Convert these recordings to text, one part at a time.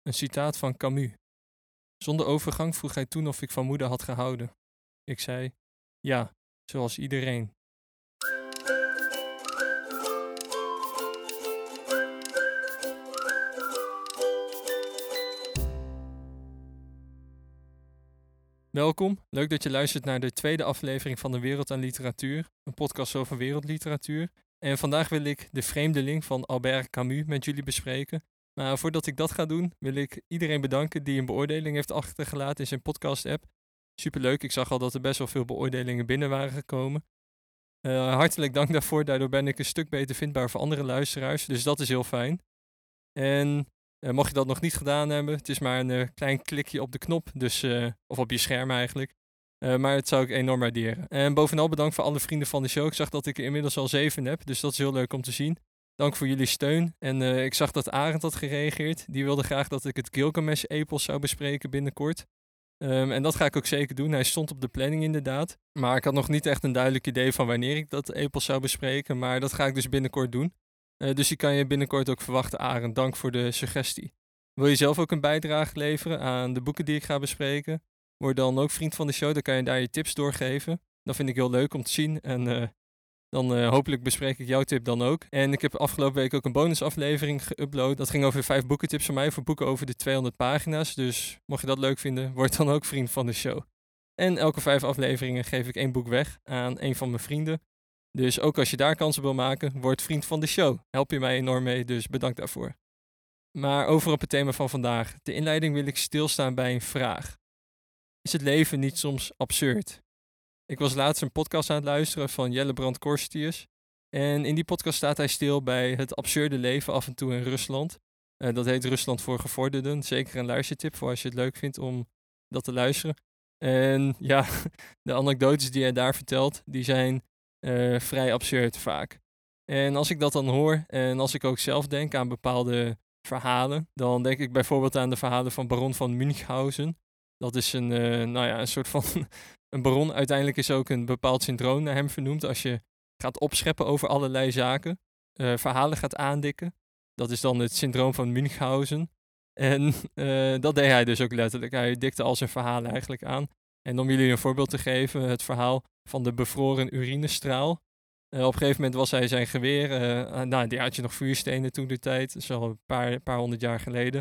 Een citaat van Camus. Zonder overgang vroeg hij toen of ik van moeder had gehouden. Ik zei: ja, zoals iedereen. Welkom, leuk dat je luistert naar de tweede aflevering van De Wereld aan Literatuur, een podcast over wereldliteratuur. En vandaag wil ik De Vreemdeling van Albert Camus met jullie bespreken. Maar voordat ik dat ga doen, wil ik iedereen bedanken die een beoordeling heeft achtergelaten in zijn podcast-app. Superleuk, ik zag al dat er best wel veel beoordelingen binnen waren gekomen. Hartelijk dank daarvoor, daardoor ben ik een stuk beter vindbaar voor andere luisteraars, dus dat is heel fijn. En mocht je dat nog niet gedaan hebben, het is maar een klein klikje op de knop, dus, of op je scherm eigenlijk. Maar het zou ik enorm waarderen. En bovenal bedankt voor alle vrienden van de show. Ik zag dat ik er inmiddels al 7 heb, dus dat is heel leuk om te zien. Dank voor jullie steun. En ik zag dat Arend had gereageerd. Die wilde graag dat ik het Gilgamesh-epos zou bespreken binnenkort. En dat ga ik ook zeker doen. Hij stond op de planning inderdaad. Maar ik had nog niet echt een duidelijk idee van wanneer ik dat epos zou bespreken. Maar dat ga ik dus binnenkort doen. Dus die kan je binnenkort ook verwachten, Arend. Dank voor de suggestie. Wil je zelf ook een bijdrage leveren aan de boeken die ik ga bespreken? Word dan ook vriend van de show, dan kan je daar je tips doorgeven. Dat vind ik heel leuk om te zien en dan hopelijk bespreek ik jouw tip dan ook. En ik heb afgelopen week ook een bonusaflevering geüpload. Dat ging over 5 boekentips van mij voor boeken over de 200 pagina's. Dus mocht je dat leuk vinden, word dan ook vriend van de show. En elke 5 afleveringen geef ik 1 boek weg aan een van mijn vrienden. Dus ook als je daar kansen wil maken, word vriend van de show. Help je mij enorm mee, dus bedankt daarvoor. Maar over op het thema van vandaag. De inleiding wil ik stilstaan bij een vraag. Is het leven niet soms absurd? Ik was laatst een podcast aan het luisteren van Jelle Brand Korstius. En in die podcast staat hij stil bij het absurde leven af en toe in Rusland. Dat heet Rusland voor gevorderden. Zeker een luistertip voor als je het leuk vindt om dat te luisteren. En ja, de anekdotes die hij daar vertelt, die zijn vrij absurd vaak. En als ik dat dan hoor en als ik ook zelf denk aan bepaalde verhalen, dan denk ik bijvoorbeeld aan de verhalen van Baron van Münchhausen. Dat is een soort van een baron. Uiteindelijk is ook een bepaald syndroom naar hem vernoemd. Als je gaat opscheppen over allerlei zaken, verhalen gaat aandikken. Dat is dan het syndroom van Münchhausen. En dat deed hij dus ook letterlijk. Hij dikte al zijn verhalen eigenlijk aan. En om jullie een voorbeeld te geven, het verhaal van de bevroren urinestraal. Op een gegeven moment was hij zijn geweer. Die had je nog vuurstenen toen de tijd. Dat is al een paar 100 jaar geleden.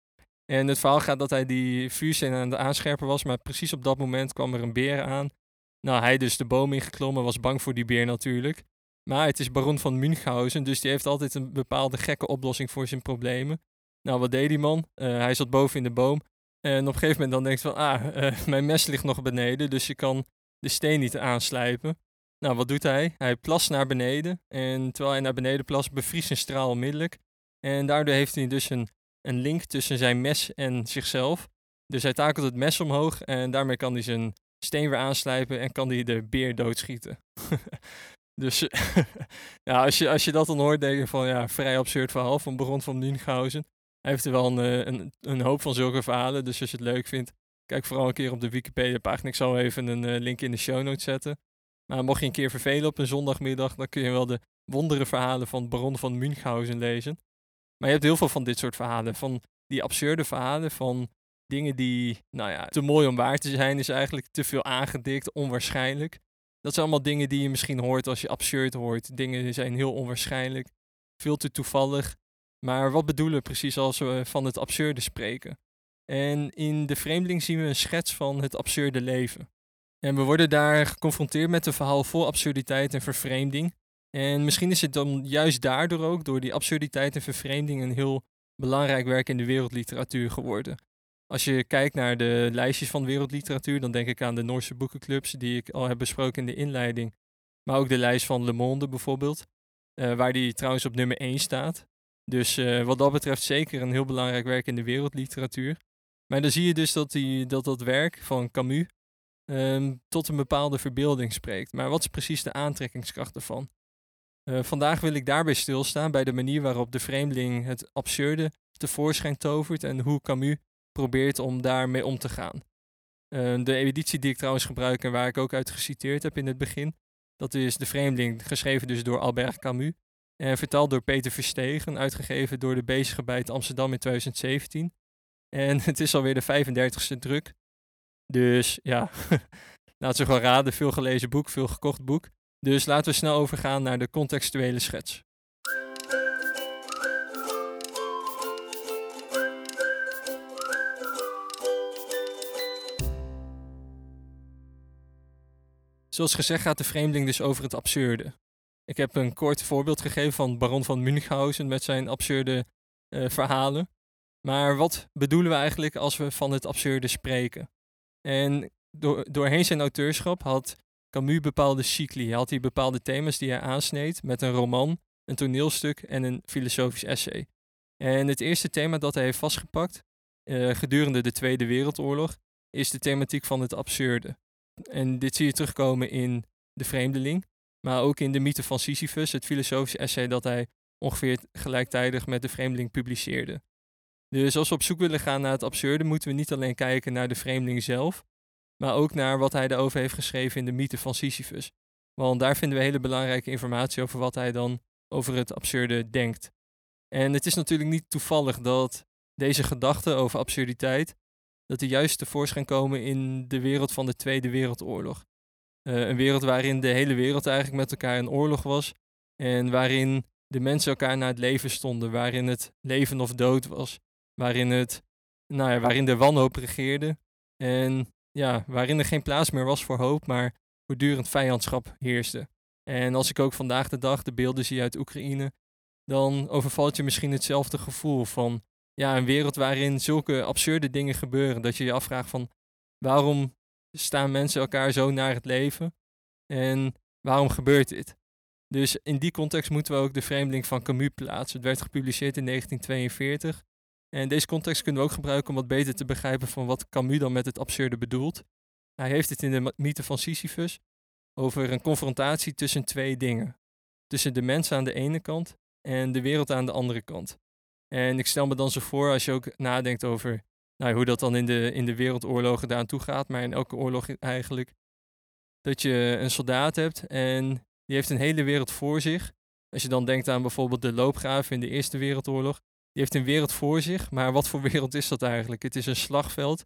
En het verhaal gaat dat hij die vuurstenen aan het aanscherpen was. Maar precies op dat moment kwam er een beer aan. Nou, hij dus de boom ingeklommen, was bang voor die beer natuurlijk. Maar het is baron van Münchhausen, dus die heeft altijd een bepaalde gekke oplossing voor zijn problemen. Nou, wat deed die man? Hij zat boven in de boom. En op een gegeven moment dan denkt hij van, mijn mes ligt nog beneden, dus je kan de steen niet aanslijpen. Nou, wat doet hij? Hij plast naar beneden. En terwijl hij naar beneden plast, bevriest een straal onmiddellijk. En daardoor heeft hij dus een link tussen zijn mes en zichzelf. Dus hij takelt het mes omhoog en daarmee kan hij zijn steen weer aanslijpen en kan hij de beer doodschieten. Dus ja, als je dat dan hoort, denk je van ja, vrij absurd verhaal van Baron van Münchhausen. Hij heeft er wel een hoop van zulke verhalen, dus als je het leuk vindt, kijk vooral een keer op de Wikipedia-pagina. Ik zal even een link in de show notes zetten. Maar mocht je een keer vervelen op een zondagmiddag, dan kun je wel de wondere verhalen van Baron van Münchhausen lezen. Maar je hebt heel veel van dit soort verhalen, van die absurde verhalen, van dingen die, nou ja, te mooi om waar te zijn, is eigenlijk te veel aangedikt, onwaarschijnlijk. Dat zijn allemaal dingen die je misschien hoort als je absurd hoort. Dingen zijn heel onwaarschijnlijk, veel te toevallig. Maar wat bedoelen we precies als we van het absurde spreken? En in De Vreemdeling zien we een schets van het absurde leven. En we worden daar geconfronteerd met een verhaal vol absurditeit en vervreemding. En misschien is het dan juist daardoor ook, door die absurditeit en vervreemding, een heel belangrijk werk in de wereldliteratuur geworden. Als je kijkt naar de lijstjes van wereldliteratuur, dan denk ik aan de Noorse boekenclubs die ik al heb besproken in de inleiding. Maar ook de lijst van Le Monde bijvoorbeeld, waar die trouwens op nummer 1 staat. Dus wat dat betreft zeker een heel belangrijk werk in de wereldliteratuur. Maar dan zie je dus dat werk van Camus tot een bepaalde verbeelding spreekt. Maar wat is precies de aantrekkingskracht ervan? Vandaag wil ik daarbij stilstaan bij de manier waarop de vreemdeling het absurde tevoorschijn tovert en hoe Camus probeert om daarmee om te gaan. De editie die ik trouwens gebruik en waar ik ook uit geciteerd heb in het begin, dat is De Vreemdeling, geschreven dus door Albert Camus en vertaald door Peter Verstegen, uitgegeven door de Bezige bij het Amsterdam in 2017. En het is alweer de 35e druk. Dus ja, laten we gewoon raden, veel gelezen boek, veel gekocht boek. Dus laten we snel overgaan naar de contextuele schets. Zoals gezegd gaat de vreemdeling dus over het absurde. Ik heb een kort voorbeeld gegeven van Baron van Münchhausen met zijn absurde verhalen. Maar wat bedoelen we eigenlijk als we van het absurde spreken? En doorheen zijn auteurschap had Camus bepaalde cycli. Hij had die bepaalde thema's die hij aansneed met een roman, een toneelstuk en een filosofisch essay. En het eerste thema dat hij heeft vastgepakt gedurende de Tweede Wereldoorlog is de thematiek van het absurde. En dit zie je terugkomen in De Vreemdeling, maar ook in de mythe van Sisyphus, het filosofische essay dat hij ongeveer gelijktijdig met De Vreemdeling publiceerde. Dus als we op zoek willen gaan naar het absurde, moeten we niet alleen kijken naar de vreemdeling zelf, maar ook naar wat hij daarover heeft geschreven in de mythe van Sisyphus. Want daar vinden we hele belangrijke informatie over wat hij dan over het absurde denkt. En het is natuurlijk niet toevallig dat deze gedachten over absurditeit, dat die juist tevoorschijn komen in de wereld van de Tweede Wereldoorlog. Een wereld waarin de hele wereld eigenlijk met elkaar in oorlog was en waarin de mensen elkaar naar het leven stonden, waarin het leven of dood was, waarin de wanhoop regeerde en ja, waarin er geen plaats meer was voor hoop, maar voortdurend vijandschap heerste. En als ik ook vandaag de dag de beelden zie uit Oekraïne, dan overvalt je misschien hetzelfde gevoel van ja, een wereld waarin zulke absurde dingen gebeuren, dat je je afvraagt van waarom staan mensen elkaar zo naar het leven en waarom gebeurt dit? Dus in die context moeten we ook De Vreemdeling van Camus plaatsen. Het werd gepubliceerd in 1942 en deze context kunnen we ook gebruiken om wat beter te begrijpen van wat Camus dan met het absurde bedoelt. Hij heeft het in de mythe van Sisyphus over een confrontatie tussen twee dingen. Tussen de mens aan de ene kant en de wereld aan de andere kant. En ik stel me dan zo voor, als je ook nadenkt over hoe dat dan in de wereldoorlogen daaraan toe gaat, maar in elke oorlog eigenlijk, dat je een soldaat hebt en die heeft een hele wereld voor zich. Als je dan denkt aan bijvoorbeeld de loopgraven in de Eerste Wereldoorlog, die heeft een wereld voor zich, maar wat voor wereld is dat eigenlijk? Het is een slagveld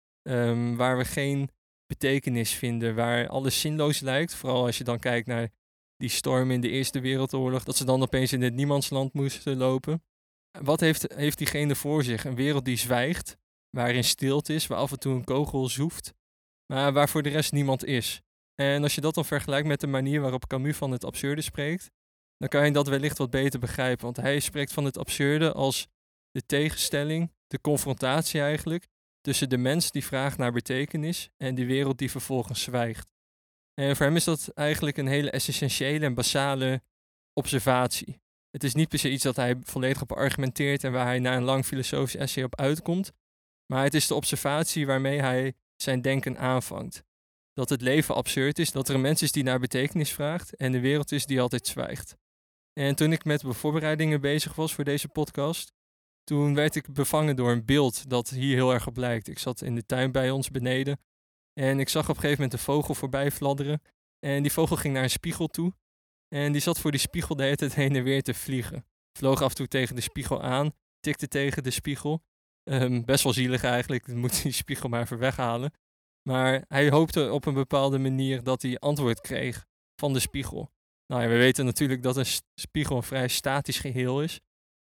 waar we geen betekenis vinden, waar alles zinloos lijkt. Vooral als je dan kijkt naar die storm in de Eerste Wereldoorlog, dat ze dan opeens in het niemandsland moesten lopen. Wat heeft diegene voor zich? Een wereld die zwijgt, waarin stilte is, waar af en toe een kogel zoeft, maar waar voor de rest niemand is. En als je dat dan vergelijkt met de manier waarop Camus van het absurde spreekt, dan kan je dat wellicht wat beter begrijpen. Want hij spreekt van het absurde als de tegenstelling, de confrontatie eigenlijk, tussen de mens die vraagt naar betekenis en die wereld die vervolgens zwijgt. En voor hem is dat eigenlijk een hele essentiële en basale observatie. Het is niet per se iets dat hij volledig op argumenteert en waar hij na een lang filosofisch essay op uitkomt, maar het is de observatie waarmee hij zijn denken aanvangt. Dat het leven absurd is, dat er een mens is die naar betekenis vraagt en de wereld is die altijd zwijgt. En toen ik met de voorbereidingen bezig was voor deze podcast, toen werd ik bevangen door een beeld dat hier heel erg op lijkt. Ik zat in de tuin bij ons beneden en ik zag op een gegeven moment een vogel voorbij fladderen. En die vogel ging naar een spiegel toe en die zat voor die spiegel de hele tijd heen en weer te vliegen. Vloog af en toe tegen de spiegel aan, tikte tegen de spiegel. Best wel zielig eigenlijk, dan moet die spiegel maar even weghalen. Maar hij hoopte op een bepaalde manier dat hij antwoord kreeg van de spiegel. Nou ja, we weten natuurlijk dat een spiegel een vrij statisch geheel is.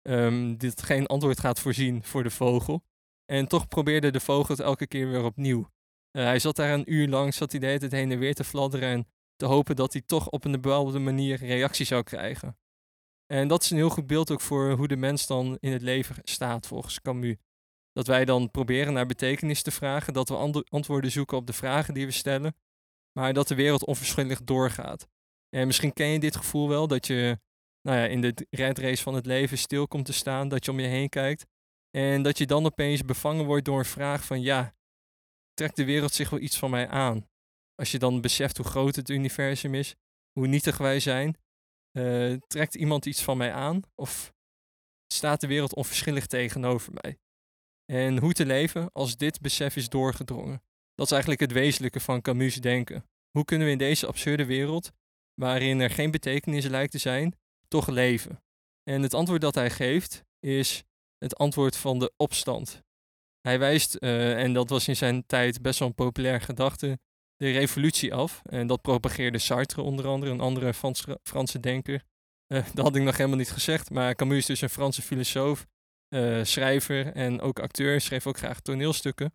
Dit geen antwoord gaat voorzien voor de vogel. En toch probeerde de vogel het elke keer weer opnieuw. Hij zat daar een uur lang, zat hij de hele tijd heen en weer te fladderen en te hopen dat hij toch op een bepaalde manier reactie zou krijgen. En dat is een heel goed beeld ook voor hoe de mens dan in het leven staat volgens Camus. Dat wij dan proberen naar betekenis te vragen, dat we antwoorden zoeken op de vragen die we stellen, maar dat de wereld onverschillig doorgaat. En misschien ken je dit gevoel wel, dat je in de red race van het leven stil komt te staan, dat je om je heen kijkt en dat je dan opeens bevangen wordt door een vraag van ja, trekt de wereld zich wel iets van mij aan? Als je dan beseft hoe groot het universum is, hoe nietig wij zijn, trekt iemand iets van mij aan of staat de wereld onverschillig tegenover mij? En hoe te leven als dit besef is doorgedrongen. Dat is eigenlijk het wezenlijke van Camus' denken. Hoe kunnen we in deze absurde wereld, waarin er geen betekenis lijkt te zijn, toch leven? En het antwoord dat hij geeft is het antwoord van de opstand. Hij wijst, en dat was in zijn tijd best wel een populair gedachte, de revolutie af. En dat propageerde Sartre onder andere, een andere Franse denker. Dat had ik nog helemaal niet gezegd, maar Camus is dus een Franse filosoof, schrijver en ook acteur. Schreef ook graag toneelstukken.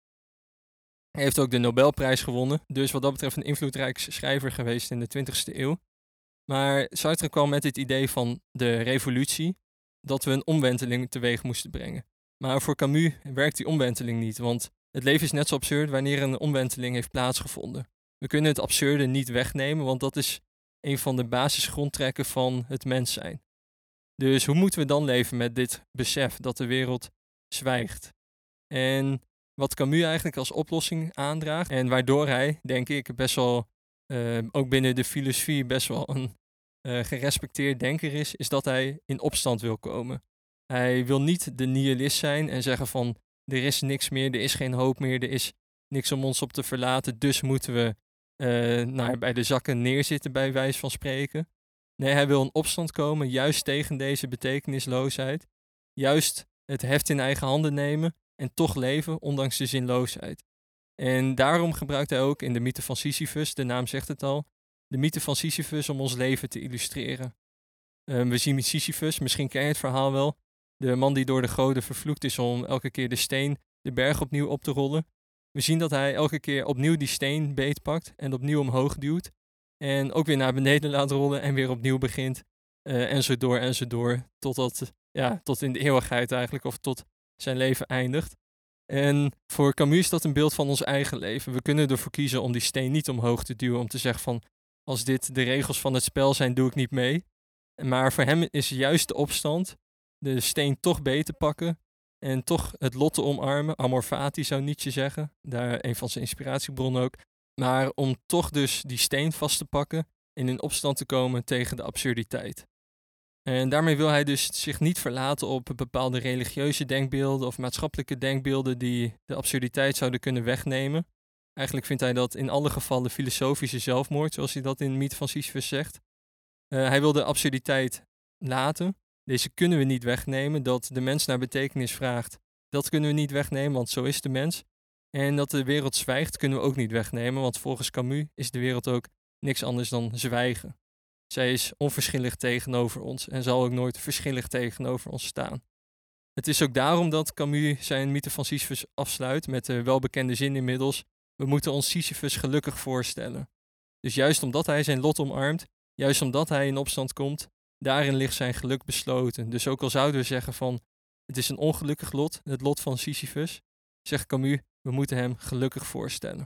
Hij heeft ook de Nobelprijs gewonnen, dus wat dat betreft een invloedrijk schrijver geweest in de 20e eeuw. Maar Sartre kwam met het idee van de revolutie, dat we een omwenteling teweeg moesten brengen. Maar voor Camus werkt die omwenteling niet, want het leven is net zo absurd wanneer een omwenteling heeft plaatsgevonden. We kunnen het absurde niet wegnemen, want dat is een van de basisgrondtrekken van het mens zijn. Dus hoe moeten we dan leven met dit besef dat de wereld zwijgt? En wat Camus eigenlijk als oplossing aandraagt, en waardoor hij, denk ik, best wel, ook binnen de filosofie, best wel een gerespecteerd denker is dat hij in opstand wil komen. Hij wil niet de nihilist zijn en zeggen van er is niks meer, er is geen hoop meer, er is niks om ons op te verlaten, dus moeten we bij de zakken neerzitten bij wijze van spreken. Nee, hij wil in opstand komen, juist tegen deze betekenisloosheid. Juist het heft in eigen handen nemen en toch leven, ondanks de zinloosheid. En daarom gebruikt hij ook in de mythe van Sisyphus, de naam zegt het al, de mythe van Sisyphus om ons leven te illustreren. We zien Sisyphus, misschien ken je het verhaal wel, de man die door de goden vervloekt is om elke keer de steen de berg opnieuw op te rollen. We zien dat hij elke keer opnieuw die steen beetpakt en opnieuw omhoog duwt. En ook weer naar beneden laat rollen en weer opnieuw begint. En zo door, tot in de eeuwigheid eigenlijk, of tot zijn leven eindigt. En voor Camus is dat een beeld van ons eigen leven. We kunnen ervoor kiezen om die steen niet omhoog te duwen, om te zeggen van, als dit de regels van het spel zijn, doe ik niet mee. Maar voor hem is juist de opstand, de steen toch beter pakken en toch het lot te omarmen. Amor fati zou Nietzsche zeggen, daar een van zijn inspiratiebronnen ook. Maar om toch dus die steen vast te pakken en in opstand te komen tegen de absurditeit. En daarmee wil hij dus zich niet verlaten op bepaalde religieuze denkbeelden of maatschappelijke denkbeelden die de absurditeit zouden kunnen wegnemen. Eigenlijk vindt hij dat in alle gevallen filosofische zelfmoord, zoals hij dat in Mythe van Sisyphus zegt. Hij wil de absurditeit laten. Deze kunnen we niet wegnemen. Dat de mens naar betekenis vraagt, dat kunnen we niet wegnemen, want zo is de mens. En dat de wereld zwijgt, kunnen we ook niet wegnemen, want volgens Camus is de wereld ook niks anders dan zwijgen. Zij is onverschillig tegenover ons en zal ook nooit verschillig tegenover ons staan. Het is ook daarom dat Camus zijn Mythe van Sisyphus afsluit met de welbekende zin inmiddels: we moeten ons Sisyphus gelukkig voorstellen. Dus juist omdat hij zijn lot omarmt, juist omdat hij in opstand komt, daarin ligt zijn geluk besloten. Dus ook al zouden we zeggen van het is een ongelukkig lot, het lot van Sisyphus, zegt Camus, we moeten hem gelukkig voorstellen.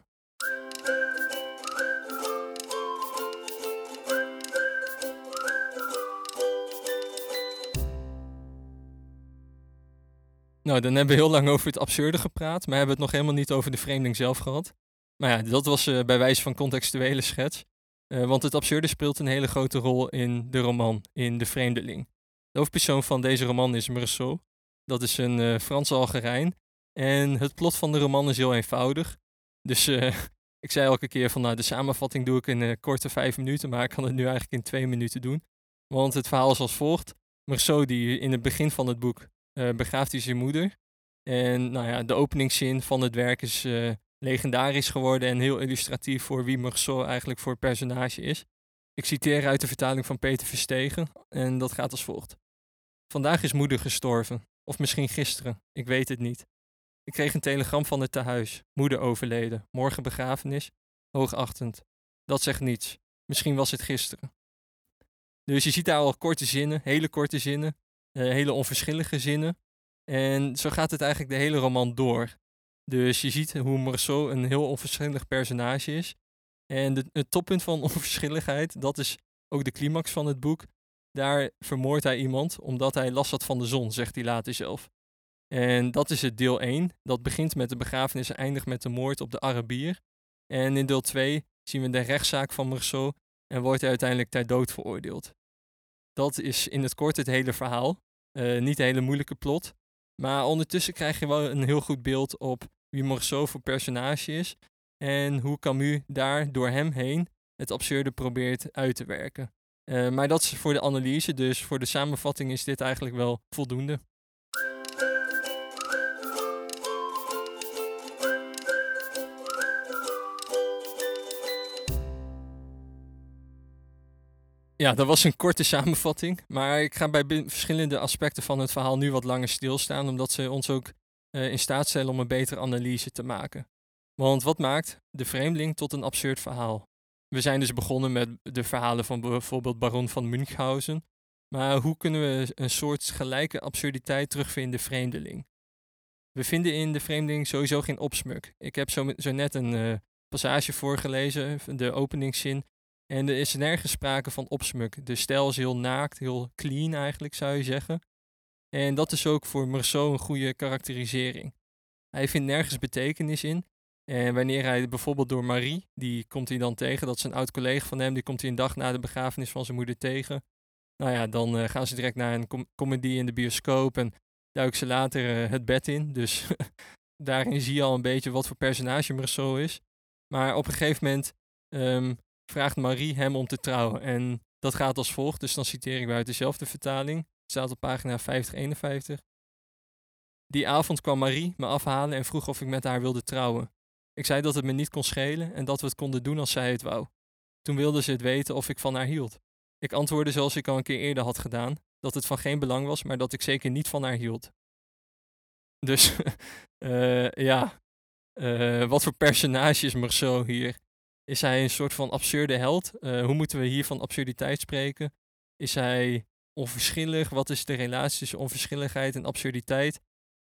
Nou, dan hebben we heel lang over het absurde gepraat, maar hebben we het nog helemaal niet over de vreemdeling zelf gehad. Maar ja, dat was bij wijze van contextuele schets. Want het absurde speelt een hele grote rol in de roman, in De Vreemdeling. De hoofdpersoon van deze roman is Meursault. Dat is een Franse Algerijn. En het plot van de roman is heel eenvoudig. Dus ik zei elke keer van, nou, de samenvatting doe ik in korte 5 minuten, maar ik kan het nu eigenlijk in 2 minuten doen. Want het verhaal is als volgt. Meursault, die in het begin van het boek begraaft hij zijn moeder. En nou ja, de openingszin van het werk is legendarisch geworden en heel illustratief voor wie Meursault eigenlijk voor personage is. Ik citeer uit de vertaling van Peter Verstegen en dat gaat als volgt. Vandaag is moeder gestorven, of misschien gisteren, ik weet het niet. Ik kreeg een telegram van het tehuis, moeder overleden, morgen begrafenis, hoogachtend. Dat zegt niets, misschien was het gisteren. Dus je ziet daar al korte zinnen, hele onverschillige zinnen. En zo gaat het eigenlijk de hele roman door. Dus je ziet hoe Meursault een heel onverschillig personage is. En het toppunt van onverschilligheid, dat is ook de climax van het boek. Daar vermoordt hij iemand omdat hij last had van de zon, zegt hij later zelf. En dat is het deel 1. Dat begint met de begrafenis en eindigt met de moord op de Arabier. En in deel 2 zien we de rechtszaak van Meursault en wordt hij uiteindelijk ter dood veroordeeld. Dat is in het kort het hele verhaal. Niet een hele moeilijke plot. Maar ondertussen krijg je wel een heel goed beeld op wie Meursault voor personage is. En hoe Camus daar door hem heen het absurde probeert uit te werken. Maar dat is voor de analyse, dus voor de samenvatting is dit eigenlijk wel voldoende. Ja, dat was een korte samenvatting, maar ik ga bij verschillende aspecten van het verhaal nu wat langer stilstaan, omdat ze ons ook in staat stellen om een betere analyse te maken. Want wat maakt De Vreemdeling tot een absurd verhaal? We zijn dus begonnen met de verhalen van bijvoorbeeld Baron van Münchhausen, maar hoe kunnen we een soort gelijke absurditeit terugvinden in De Vreemdeling? We vinden in De Vreemdeling sowieso geen opsmuk. Ik heb zo net een passage voorgelezen, de openingszin. En er is nergens sprake van opsmuk. De stijl is heel naakt, heel clean eigenlijk, zou je zeggen. En dat is ook voor Meursault een goede karakterisering. Hij vindt nergens betekenis in. En wanneer hij bijvoorbeeld door Marie, die komt hij dan tegen, dat is een oud collega van hem, die komt hij een dag na de begrafenis van zijn moeder tegen. Nou ja, dan gaan ze direct naar een comedie in de bioscoop en duiken ze later het bed in. Dus daarin zie je al een beetje wat voor personage Meursault is. Maar op een gegeven moment vraagt Marie hem om te trouwen. En dat gaat als volgt, dus dan citeer ik weer uit dezelfde vertaling. Het staat op pagina 5051. Die avond kwam Marie me afhalen en vroeg of ik met haar wilde trouwen. Ik zei dat het me niet kon schelen en dat we het konden doen als zij het wou. Toen wilde ze het weten of ik van haar hield. Ik antwoordde zoals ik al een keer eerder had gedaan, dat het van geen belang was, maar dat ik zeker niet van haar hield. Dus ja, wat voor personage is Meursault hier? Is hij een soort van absurde held? Hoe moeten we hier van absurditeit spreken? Is hij onverschillig? Wat is de relatie tussen onverschilligheid en absurditeit?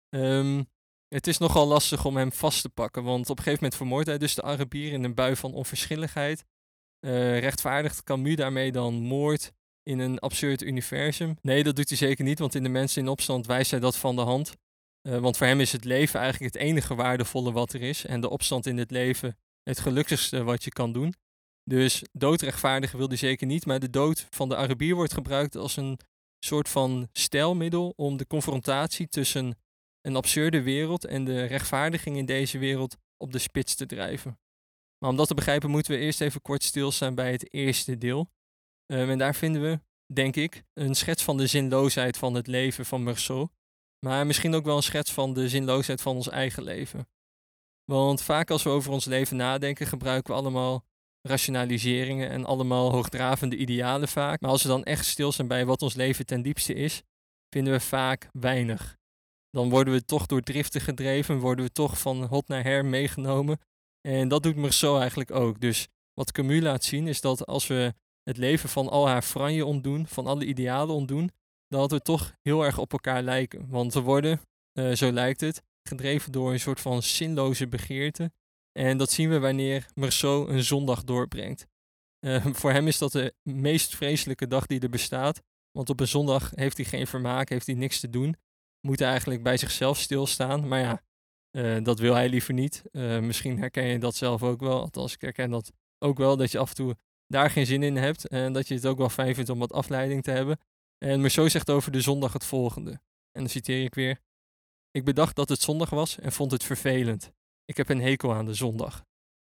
Het is nogal lastig om hem vast te pakken, want op een gegeven moment vermoordt hij dus de Arabier in een bui van onverschilligheid. Rechtvaardigt Camus daarmee dan moord in een absurd universum? Nee, dat doet hij zeker niet, want in De Mensen in Opstand wijst hij dat van de hand. Want voor hem is het leven eigenlijk het enige waardevolle wat er is en de opstand in het leven het gelukkigste wat je kan doen. Dus doodrechtvaardigen wil hij zeker niet, maar de dood van de Arabier wordt gebruikt als een soort van stijlmiddel om de confrontatie tussen een absurde wereld en de rechtvaardiging in deze wereld op de spits te drijven. Maar om dat te begrijpen moeten we eerst even kort stilstaan bij het eerste deel. En daar vinden we, denk ik, een schets van de zinloosheid van het leven van Meursault. Maar misschien ook wel een schets van de zinloosheid van ons eigen leven. Want vaak als we over ons leven nadenken, gebruiken we allemaal rationaliseringen en allemaal hoogdravende idealen vaak. Maar als we dan echt stilstaan bij wat ons leven ten diepste is, vinden we vaak weinig. Dan worden we toch door driften gedreven, worden we toch van hot naar her meegenomen. En dat doet Meursault eigenlijk ook. Dus wat Camus laat zien is dat als we het leven van al haar franje ontdoen, van alle idealen ontdoen, dat we toch heel erg op elkaar lijken. Want we worden, zo lijkt het, gedreven door een soort van zinloze begeerte. En dat zien we wanneer Meursault een zondag doorbrengt. Voor hem is dat de meest vreselijke dag die er bestaat. Want op een zondag heeft hij geen vermaak, heeft hij niks te doen. Moet hij eigenlijk bij zichzelf stilstaan. Maar ja, dat wil hij liever niet. Misschien herken je dat zelf ook wel. Althans, ik herken dat ook wel, dat je af en toe daar geen zin in hebt. En dat je het ook wel fijn vindt om wat afleiding te hebben. En Meursault zegt over de zondag het volgende. En dan citeer ik weer. Ik bedacht dat het zondag was en vond het vervelend. Ik heb een hekel aan de zondag.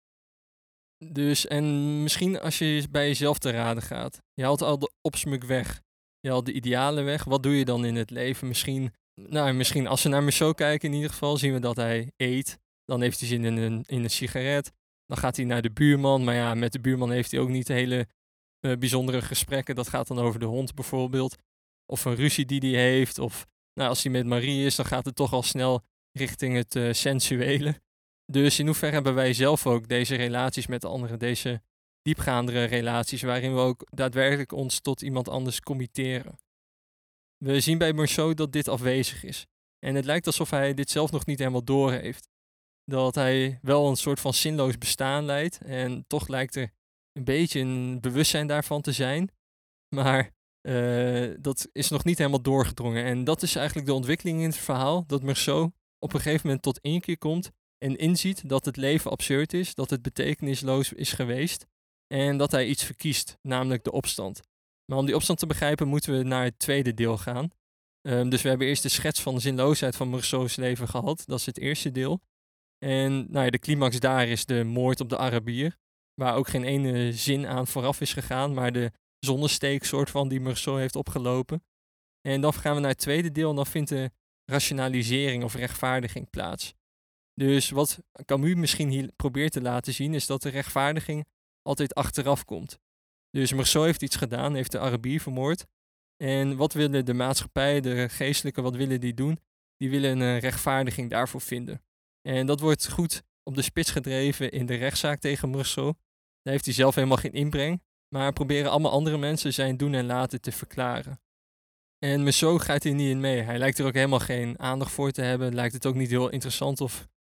Dus, en misschien als je bij jezelf te raden gaat. Je haalt al de opsmuk weg. Je haalt de idealen weg. Wat doe je dan in het leven? Misschien als we naar Meursault kijken in ieder geval, zien we dat hij eet. Dan heeft hij zin in een sigaret. Dan gaat hij naar de buurman. Maar ja, met de buurman heeft hij ook niet hele bijzondere gesprekken. Dat gaat dan over de hond bijvoorbeeld. Of een ruzie die hij heeft. Of als hij met Marie is, dan gaat het toch al snel richting het sensuele. Dus in hoeverre hebben wij zelf ook deze relaties met anderen, deze diepgaandere relaties, waarin we ook daadwerkelijk ons tot iemand anders committeren. We zien bij Meursault dat dit afwezig is. En het lijkt alsof hij dit zelf nog niet helemaal doorheeft. Dat hij wel een soort van zinloos bestaan leidt. En toch lijkt er een beetje een bewustzijn daarvan te zijn. Maar dat is nog niet helemaal doorgedrongen. En dat is eigenlijk de ontwikkeling in het verhaal. Dat Meursault op een gegeven moment tot inkeer komt. En inziet dat het leven absurd is. Dat het betekenisloos is geweest. En dat hij iets verkiest. Namelijk de opstand. Maar om die opstand te begrijpen moeten we naar het tweede deel gaan. Dus we hebben eerst de schets van de zinloosheid van Meursault's leven gehad. Dat is het eerste deel. En de climax daar is de moord op de Arabier. Waar ook geen ene zin aan vooraf is gegaan. Maar de zonnesteek soort van die Meursault heeft opgelopen. En dan gaan we naar het tweede deel en dan vindt de rationalisering of rechtvaardiging plaats. Dus wat Camus misschien hier probeert te laten zien is dat de rechtvaardiging altijd achteraf komt. Dus Meursault heeft iets gedaan, heeft de Arabier vermoord. En wat willen de maatschappij, de geestelijken, wat willen die doen? Die willen een rechtvaardiging daarvoor vinden. En dat wordt goed op de spits gedreven in de rechtszaak tegen Meursault. Daar heeft hij zelf helemaal geen inbreng, maar proberen allemaal andere mensen zijn doen en laten te verklaren. En Meursault gaat hier niet in mee. Hij lijkt er ook helemaal geen aandacht voor te hebben. Lijkt het ook niet heel interessant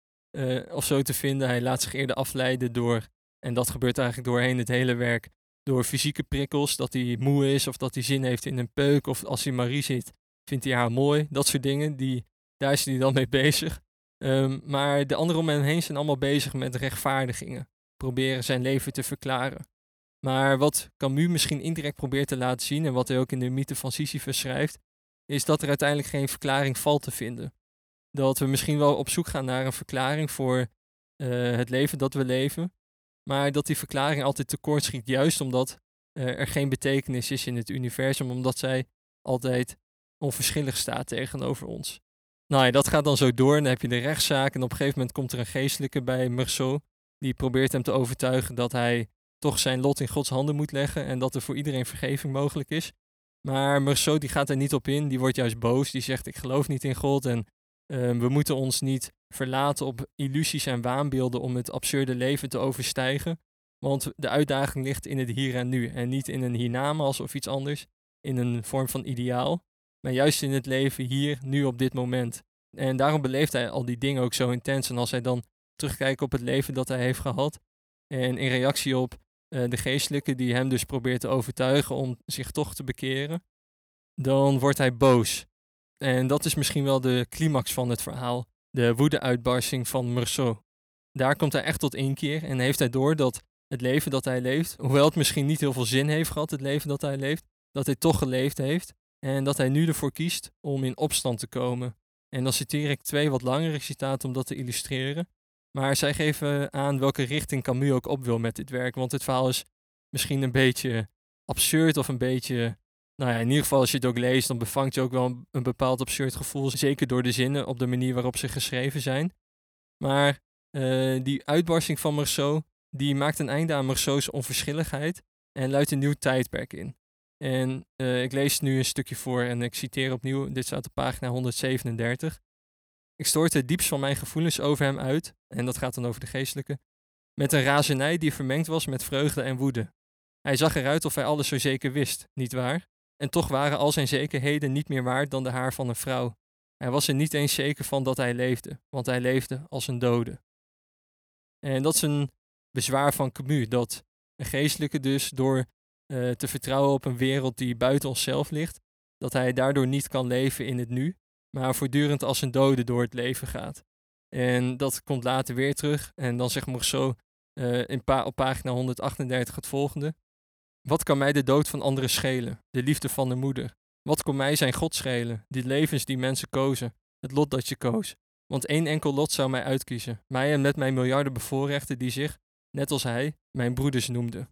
of zo te vinden. Hij laat zich eerder afleiden door, en dat gebeurt eigenlijk doorheen het hele werk, door fysieke prikkels. Dat hij moe is of dat hij zin heeft in een peuk. Of als hij Marie ziet, vindt hij haar mooi. Dat soort dingen, daar is hij dan mee bezig. Maar de anderen om hem heen zijn allemaal bezig met rechtvaardigingen. Proberen zijn leven te verklaren. Maar wat Camus misschien indirect probeert te laten zien, en wat hij ook in de mythe van Sisyphus schrijft, is dat er uiteindelijk geen verklaring valt te vinden. Dat we misschien wel op zoek gaan naar een verklaring voor het leven dat we leven, maar dat die verklaring altijd tekortschiet, juist omdat er geen betekenis is in het universum, omdat zij altijd onverschillig staat tegenover ons. Nou ja, dat gaat dan zo door en dan heb je de rechtszaak en op een gegeven moment komt er een geestelijke bij Meursault, die probeert hem te overtuigen dat hij toch zijn lot in Gods handen moet leggen en dat er voor iedereen vergeving mogelijk is. Maar Meursault die gaat er niet op in, die wordt juist boos, die zegt ik geloof niet in God en we moeten ons niet verlaten op illusies en waanbeelden om het absurde leven te overstijgen, want de uitdaging ligt in het hier en nu en niet in een hiernamaals of iets anders, in een vorm van ideaal, maar juist in het leven hier, nu op dit moment. En daarom beleeft hij al die dingen ook zo intens en als hij dan terugkijkt op het leven dat hij heeft gehad en in reactie op de geestelijke die hem dus probeert te overtuigen om zich toch te bekeren, dan wordt hij boos. En dat is misschien wel de climax van het verhaal, de woede-uitbarsting van Meursault. Daar komt hij echt tot inkeer en heeft hij door dat het leven dat hij leeft, hoewel het misschien niet heel veel zin heeft gehad, het leven dat hij leeft, dat hij toch geleefd heeft en dat hij nu ervoor kiest om in opstand te komen. En dan citeer ik 2 wat langere citaten om dat te illustreren. Maar zij geven aan welke richting Camus ook op wil met dit werk. Want het verhaal is misschien een beetje absurd of een beetje... Nou ja, in ieder geval als je het ook leest, dan bevangt je ook wel een bepaald absurd gevoel. Zeker door de zinnen op de manier waarop ze geschreven zijn. Maar die uitbarsting van Meursault, die maakt een einde aan Meursault's onverschilligheid en luidt een nieuw tijdperk in. En ik lees nu een stukje voor en ik citeer opnieuw, dit staat op pagina 137. Ik stortte het diepst van mijn gevoelens over hem uit, en dat gaat dan over de geestelijke, met een razernij die vermengd was met vreugde en woede. Hij zag eruit of hij alles zo zeker wist, nietwaar? En toch waren al zijn zekerheden niet meer waard dan de haar van een vrouw. Hij was er niet eens zeker van dat hij leefde, want hij leefde als een dode. En dat is een bezwaar van Camus, dat een geestelijke dus door te vertrouwen op een wereld die buiten onszelf ligt, dat hij daardoor niet kan leven in het nu, maar voortdurend als een dode door het leven gaat. En dat komt later weer terug en dan zegt Meursault op pagina 138 het volgende. Wat kan mij de dood van anderen schelen, de liefde van de moeder? Wat kon mij zijn God schelen, die levens die mensen kozen, het lot dat je koos? Want één enkel lot zou mij uitkiezen, mij en met mijn miljarden bevoorrechten die zich, net als hij, mijn broeders noemden.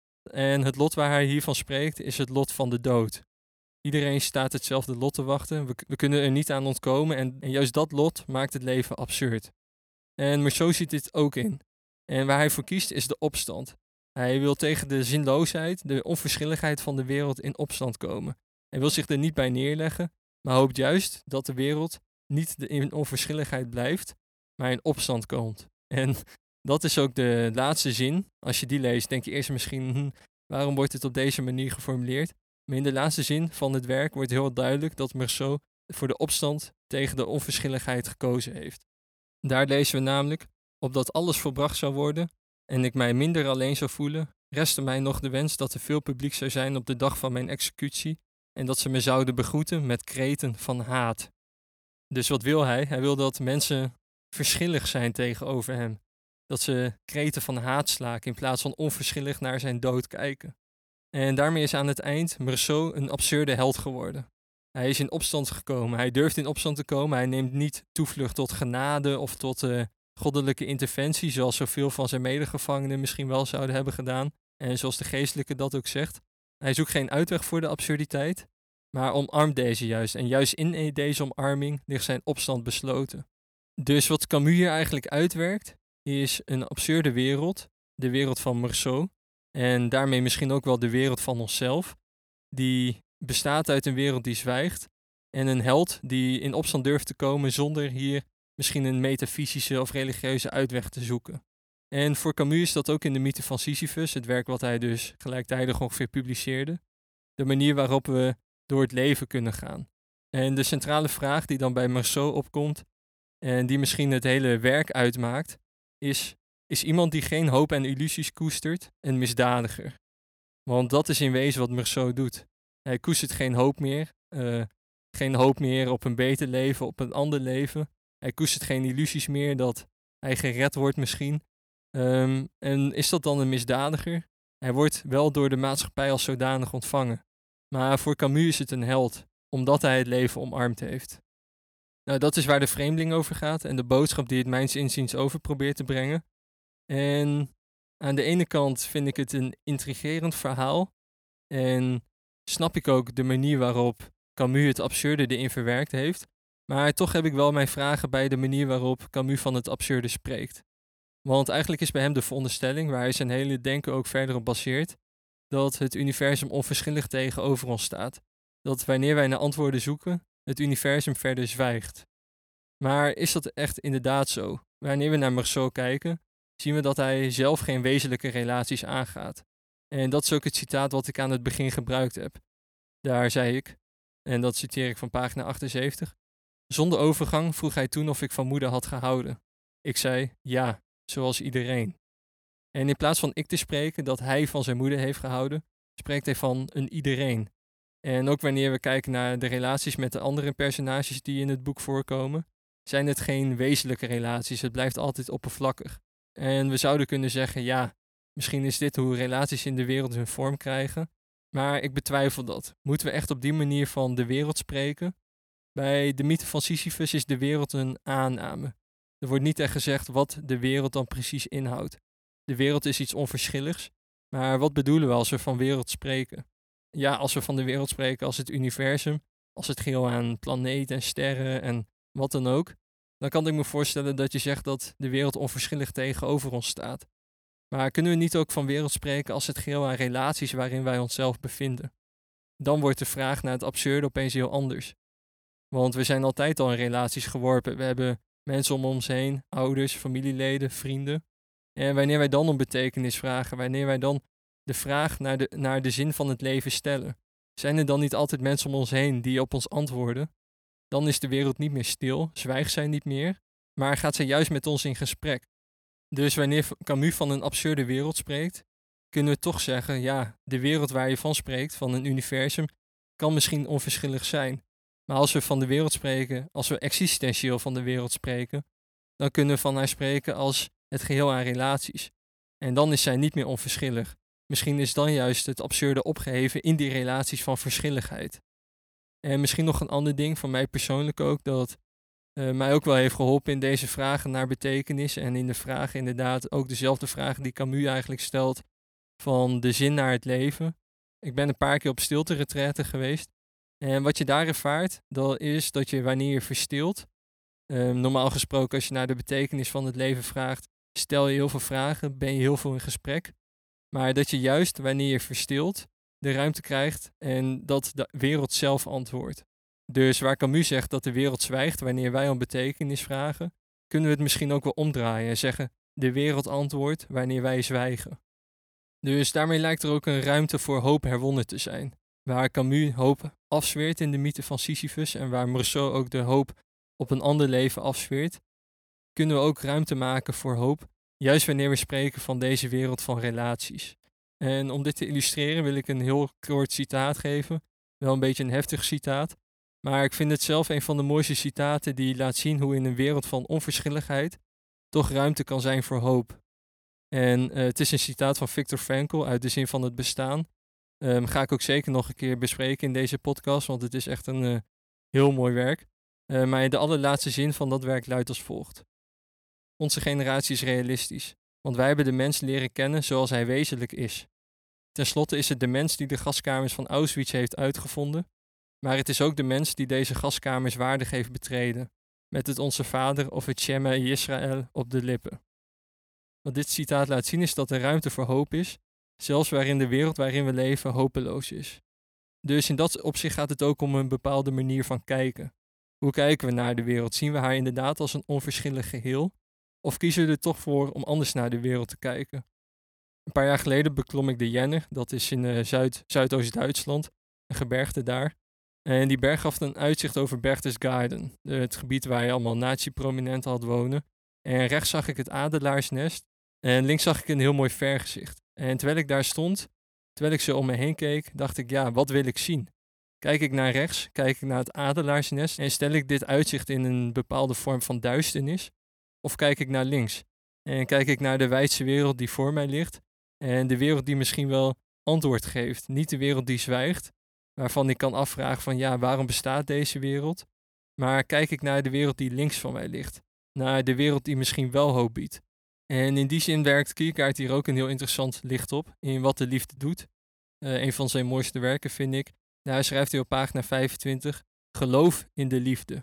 En het lot waar hij hiervan spreekt is het lot van de dood. Iedereen staat hetzelfde lot te wachten, we kunnen er niet aan ontkomen en juist dat lot maakt het leven absurd. En Meursault ziet dit ook in. En waar hij voor kiest is de opstand. Hij wil tegen de zinloosheid, de onverschilligheid van de wereld in opstand komen. Hij wil zich er niet bij neerleggen, maar hoopt juist dat de wereld niet in onverschilligheid blijft, maar in opstand komt. En dat is ook de laatste zin. Als je die leest, denk je eerst misschien, waarom wordt het op deze manier geformuleerd? Maar in de laatste zin van het werk wordt heel duidelijk dat Meursault voor de opstand tegen de onverschilligheid gekozen heeft. Daar lezen we namelijk, opdat alles volbracht zou worden en ik mij minder alleen zou voelen, restte mij nog de wens dat er veel publiek zou zijn op de dag van mijn executie en dat ze me zouden begroeten met kreten van haat. Dus wat wil hij? Hij wil dat mensen verschillig zijn tegenover hem. Dat ze kreten van haat slaken in plaats van onverschillig naar zijn dood kijken. En daarmee is aan het eind Meursault een absurde held geworden. Hij is in opstand gekomen, hij durft in opstand te komen, hij neemt niet toevlucht tot genade of tot goddelijke interventie, zoals zoveel van zijn medegevangenen misschien wel zouden hebben gedaan, en zoals de geestelijke dat ook zegt. Hij zoekt geen uitweg voor de absurditeit, maar omarmt deze juist, en juist in deze omarming ligt zijn opstand besloten. Dus wat Camus hier eigenlijk uitwerkt, is een absurde wereld, de wereld van Meursault, En daarmee misschien ook wel de wereld van onszelf. Die bestaat uit een wereld die zwijgt. En een held die in opstand durft te komen zonder hier misschien een metafysische of religieuze uitweg te zoeken. En voor Camus is dat ook in de mythe van Sisyphus, het werk wat hij dus gelijktijdig ongeveer publiceerde, de manier waarop we door het leven kunnen gaan. En de centrale vraag die dan bij Marceau opkomt en die misschien het hele werk uitmaakt, is iemand die geen hoop en illusies koestert een misdadiger? Want dat is in wezen wat Marceau doet. Hij koestert geen hoop meer op een beter leven, op een ander leven. Hij koestert geen illusies meer dat hij gered wordt misschien. En is dat dan een misdadiger? Hij wordt wel door de maatschappij als zodanig ontvangen. Maar voor Camus is het een held, omdat hij het leven omarmd heeft. Nou, dat is waar de vreemdeling over gaat en de boodschap die het mijns inziens over probeert te brengen. En aan de ene kant vind ik het een intrigerend verhaal. En snap ik ook de manier waarop Camus het absurde erin verwerkt heeft. Maar toch heb ik wel mijn vragen bij de manier waarop Camus van het absurde spreekt. Want eigenlijk is bij hem de veronderstelling, waar hij zijn hele denken ook verder op baseert, dat het universum onverschillig tegenover ons staat. Dat wanneer wij naar antwoorden zoeken, het universum verder zwijgt. Maar is dat echt inderdaad zo? Wanneer we naar Marceau kijken, zien we dat hij zelf geen wezenlijke relaties aangaat. En dat is ook het citaat wat ik aan het begin gebruikt heb. Daar zei ik, en dat citeer ik van pagina 78, zonder overgang vroeg hij toen of ik van moeder had gehouden. Ik zei, ja, zoals iedereen. En in plaats van ik te spreken dat hij van zijn moeder heeft gehouden, spreekt hij van een iedereen. En ook wanneer we kijken naar de relaties met de andere personages die in het boek voorkomen, zijn het geen wezenlijke relaties, het blijft altijd oppervlakkig. En we zouden kunnen zeggen, ja, misschien is dit hoe relaties in de wereld hun vorm krijgen, maar ik betwijfel dat. Moeten we echt op die manier van de wereld spreken? Bij de mythe van Sisyphus is de wereld een aanname. Er wordt niet echt gezegd wat de wereld dan precies inhoudt. De wereld is iets onverschilligs, maar wat bedoelen we als we van wereld spreken? Ja, als we van de wereld spreken als het universum, als het geheel aan planeten en sterren en wat dan ook, dan kan ik me voorstellen dat je zegt dat de wereld onverschillig tegenover ons staat. Maar kunnen we niet ook van wereld spreken als het geheel aan relaties waarin wij onszelf bevinden? Dan wordt de vraag naar het absurde opeens heel anders. Want we zijn altijd al in relaties geworpen. We hebben mensen om ons heen, ouders, familieleden, vrienden. En wanneer wij dan om betekenis vragen, wanneer wij dan de vraag naar de zin van het leven stellen, zijn er dan niet altijd mensen om ons heen die op ons antwoorden? Dan is de wereld niet meer stil, zwijgt zij niet meer, maar gaat zij juist met ons in gesprek. Dus wanneer Camus van een absurde wereld spreekt, kunnen we toch zeggen, ja, de wereld waar je van spreekt, van een universum, kan misschien onverschillig zijn. Maar als we van de wereld spreken, als we existentieel van de wereld spreken, dan kunnen we van haar spreken als het geheel aan relaties. En dan is zij niet meer onverschillig. Misschien is dan juist het absurde opgeheven in die relaties van verschilligheid. En misschien nog een ander ding van mij persoonlijk ook, dat mij ook wel heeft geholpen in deze vragen naar betekenis. En in de vragen inderdaad ook dezelfde vragen die Camus eigenlijk stelt van de zin naar het leven. Ik ben een paar keer op stilte-retraite geweest. En wat je daar ervaart, dat is dat je wanneer je verstilt, normaal gesproken als je naar de betekenis van het leven vraagt, stel je heel veel vragen, ben je heel veel in gesprek. Maar dat je juist wanneer je verstilt, de ruimte krijgt en dat de wereld zelf antwoordt. Dus waar Camus zegt dat de wereld zwijgt wanneer wij om betekenis vragen, kunnen we het misschien ook wel omdraaien en zeggen de wereld antwoordt wanneer wij zwijgen. Dus daarmee lijkt er ook een ruimte voor hoop herwonnen te zijn. Waar Camus hoop afzweert in de mythe van Sisyphus en waar Marceau ook de hoop op een ander leven afzweert, kunnen we ook ruimte maken voor hoop, juist wanneer we spreken van deze wereld van relaties. En om dit te illustreren wil ik een heel kort citaat geven, wel een beetje een heftig citaat, maar ik vind het zelf een van de mooiste citaten die laat zien hoe in een wereld van onverschilligheid toch ruimte kan zijn voor hoop. En het is een citaat van Viktor Frankl uit De Zin van het Bestaan. Ga ik ook zeker nog een keer bespreken in deze podcast, want het is echt een heel mooi werk. Maar de allerlaatste zin van dat werk luidt als volgt. Onze generatie is realistisch, want wij hebben de mens leren kennen zoals hij wezenlijk is. Ten slotte is het de mens die de gaskamers van Auschwitz heeft uitgevonden, maar het is ook de mens die deze gaskamers waardig heeft betreden, met het Onze Vader of het Shema Yisrael op de lippen. Wat dit citaat laat zien is dat er ruimte voor hoop is, zelfs waarin de wereld waarin we leven hopeloos is. Dus in dat opzicht gaat het ook om een bepaalde manier van kijken. Hoe kijken we naar de wereld? Zien we haar inderdaad als een onverschillig geheel? Of kiezen we er toch voor om anders naar de wereld te kijken? Een paar jaar geleden beklom ik de Jenne, dat is in Zuidoost-Duitsland, een gebergte daar. En die berg gaf een uitzicht over Berchtesgaden, het gebied waar je allemaal nazi-prominenten had wonen. En rechts zag ik het Adelaarsnest en links zag ik een heel mooi vergezicht. En terwijl ik daar stond, terwijl ik zo om me heen keek, dacht ik, ja, wat wil ik zien? Kijk ik naar rechts, kijk ik naar het Adelaarsnest en stel ik dit uitzicht in een bepaalde vorm van duisternis? Of kijk ik naar links en kijk ik naar de wijdse wereld die voor mij ligt en de wereld die misschien wel antwoord geeft, niet de wereld die zwijgt, waarvan ik kan afvragen van ja, waarom bestaat deze wereld? Maar kijk ik naar de wereld die links van mij ligt, naar de wereld die misschien wel hoop biedt. En in die zin werkt Kierkegaard hier ook een heel interessant licht op in wat de liefde doet. Een van zijn mooiste werken vind ik. Daar schrijft hij op pagina 25, geloof in de liefde.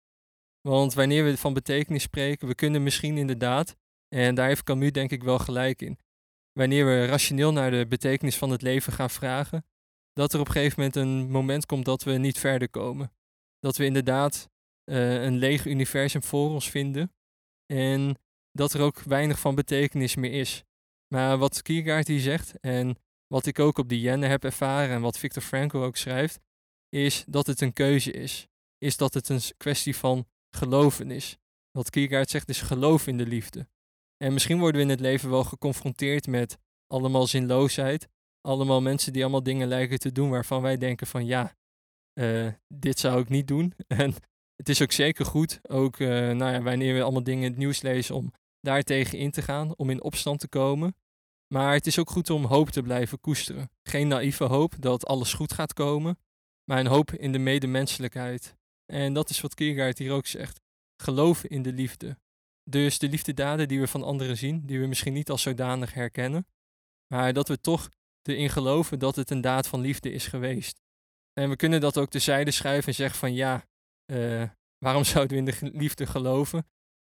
Want wanneer we van betekenis spreken, we kunnen misschien inderdaad, en daar heeft Camus denk ik wel gelijk in, wanneer we rationeel naar de betekenis van het leven gaan vragen, dat er op een gegeven moment een moment komt dat we niet verder komen. Dat we inderdaad een leeg universum voor ons vinden en dat er ook weinig van betekenis meer is. Maar wat Kierkegaard hier zegt en wat ik ook op die Jenne heb ervaren en wat Viktor Frankl ook schrijft, is dat het een keuze is. Is dat het een kwestie van geloven is. Wat Kierkegaard zegt is geloof in de liefde. En misschien worden we in het leven wel geconfronteerd met allemaal zinloosheid. Allemaal mensen die allemaal dingen lijken te doen waarvan wij denken van ja, dit zou ik niet doen. En het is ook zeker goed, ook wanneer we allemaal dingen in het nieuws lezen, om daartegen in te gaan, om in opstand te komen. Maar het is ook goed om hoop te blijven koesteren. Geen naïeve hoop dat alles goed gaat komen, maar een hoop in de medemenselijkheid. En dat is wat Kierkegaard hier ook zegt. Geloof in de liefde. Dus de liefdedaden die we van anderen zien, die we misschien niet als zodanig herkennen, maar dat we toch erin geloven dat het een daad van liefde is geweest. En we kunnen dat ook terzijde schuiven en zeggen van ja, waarom zouden we in de liefde geloven?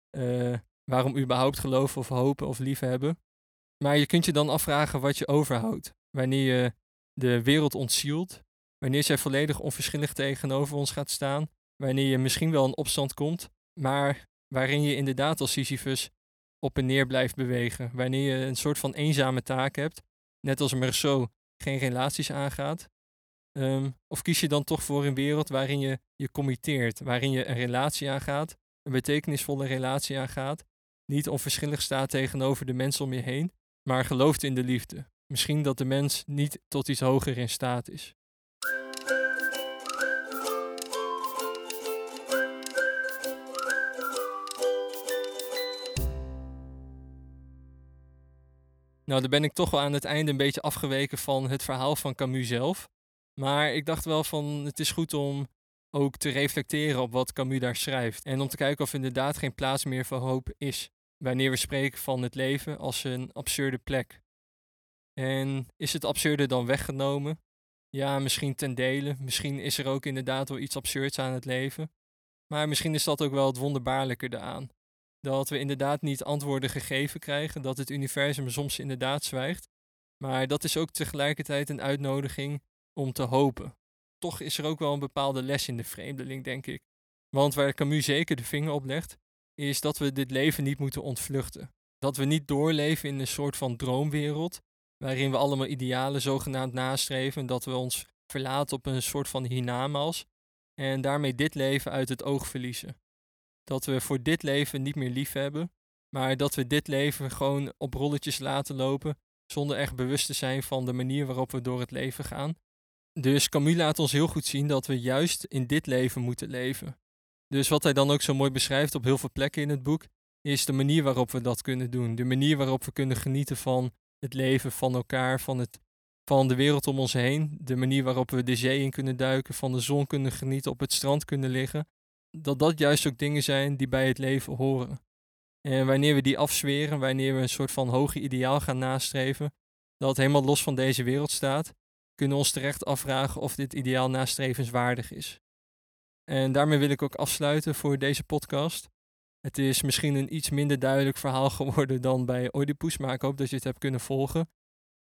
Waarom überhaupt geloven of hopen of liefhebben? Maar je kunt je dan afvragen wat je overhoudt. Wanneer je de wereld ontzielt, wanneer zij volledig onverschillig tegenover ons gaat staan, wanneer je misschien wel in opstand komt, maar waarin je inderdaad als Sisyphus op en neer blijft bewegen. Wanneer je een soort van eenzame taak hebt, net als Meursault geen relaties aangaat. Of kies je dan toch voor een wereld waarin je je committeert, waarin je een relatie aangaat, een betekenisvolle relatie aangaat, niet onverschillig staat tegenover de mensen om je heen, maar gelooft in de liefde. Misschien dat de mens niet tot iets hoger in staat is. Nou, dan ben ik toch wel aan het einde een beetje afgeweken van het verhaal van Camus zelf. Maar ik dacht wel van, het is goed om ook te reflecteren op wat Camus daar schrijft. En om te kijken of inderdaad geen plaats meer voor hoop is. Wanneer we spreken van het leven als een absurde plek. En is het absurde dan weggenomen? Ja, misschien ten dele. Misschien is er ook inderdaad wel iets absurds aan het leven. Maar misschien is dat ook wel het wonderbaarlijke eraan. Dat we inderdaad niet antwoorden gegeven krijgen, dat het universum soms inderdaad zwijgt. Maar dat is ook tegelijkertijd een uitnodiging om te hopen. Toch is er ook wel een bepaalde les in de vreemdeling, denk ik. Want waar Camus zeker de vinger op legt, is dat we dit leven niet moeten ontvluchten. Dat we niet doorleven in een soort van droomwereld, waarin we allemaal idealen zogenaamd nastreven, dat we ons verlaten op een soort van hiernamaals en daarmee dit leven uit het oog verliezen. Dat we voor dit leven niet meer lief hebben, maar dat we dit leven gewoon op rolletjes laten lopen, zonder echt bewust te zijn van de manier waarop we door het leven gaan. Dus Camus laat ons heel goed zien dat we juist in dit leven moeten leven. Dus wat hij dan ook zo mooi beschrijft op heel veel plekken in het boek, is de manier waarop we dat kunnen doen. De manier waarop we kunnen genieten van het leven, van elkaar, van de wereld om ons heen. De manier waarop we de zee in kunnen duiken, van de zon kunnen genieten, op het strand kunnen liggen. Dat juist ook dingen zijn die bij het leven horen. En wanneer we die afzweren, wanneer we een soort van hoger ideaal gaan nastreven, dat helemaal los van deze wereld staat, kunnen we ons terecht afvragen of dit ideaal nastrevenswaardig is. En daarmee wil ik ook afsluiten voor deze podcast. Het is misschien een iets minder duidelijk verhaal geworden dan bij Oedipus, maar ik hoop dat je het hebt kunnen volgen.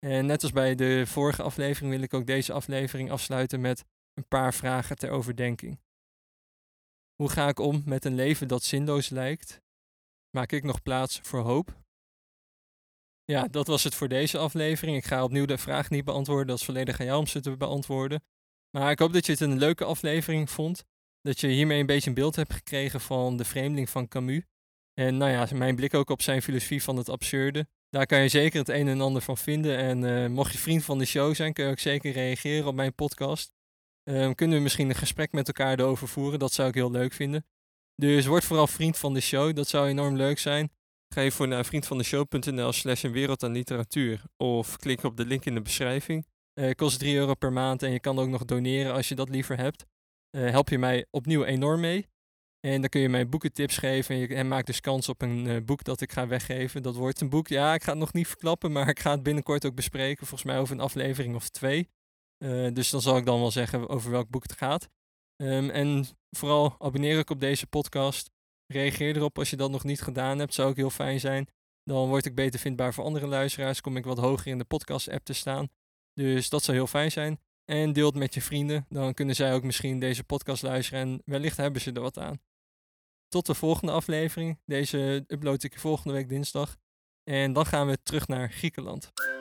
En net als bij de vorige aflevering wil ik ook deze aflevering afsluiten met een paar vragen ter overdenking. Hoe ga ik om met een leven dat zinloos lijkt? Maak ik nog plaats voor hoop? Ja, dat was het voor deze aflevering. Ik ga opnieuw de vraag niet beantwoorden. Dat is volledig aan jou om ze te beantwoorden. Maar ik hoop dat je het een leuke aflevering vond. Dat je hiermee een beetje een beeld hebt gekregen van de vreemdeling van Camus. En nou ja, mijn blik ook op zijn filosofie van het absurde. Daar kan je zeker het een en ander van vinden. En mocht je vriend van de show zijn, kun je ook zeker reageren op mijn podcast. Kunnen we misschien een gesprek met elkaar erover voeren. Dat zou ik heel leuk vinden. Dus word vooral vriend van de show. Dat zou enorm leuk zijn. Ga even naar vriendvandeshow.nl/een wereld aan literatuur. Of klik op de link in de beschrijving. Kost €3 per maand en je kan ook nog doneren als je dat liever hebt. Help je mij opnieuw enorm mee. En dan kun je mij boekentips geven en maak dus kans op een boek dat ik ga weggeven. Dat wordt een boek, ja, ik ga het nog niet verklappen, maar ik ga het binnenkort ook bespreken. Volgens mij over een aflevering of 2. Dus dan zal ik dan wel zeggen over welk boek het gaat. En vooral abonneer ook op deze podcast. Reageer erop als je dat nog niet gedaan hebt. Zou ook heel fijn zijn. Dan word ik beter vindbaar voor andere luisteraars. Kom ik wat hoger in de podcast-app te staan. Dus dat zou heel fijn zijn. En deel het met je vrienden. Dan kunnen zij ook misschien deze podcast luisteren. En wellicht hebben ze er wat aan. Tot de volgende aflevering. Deze upload ik volgende week dinsdag. En dan gaan we terug naar Griekenland.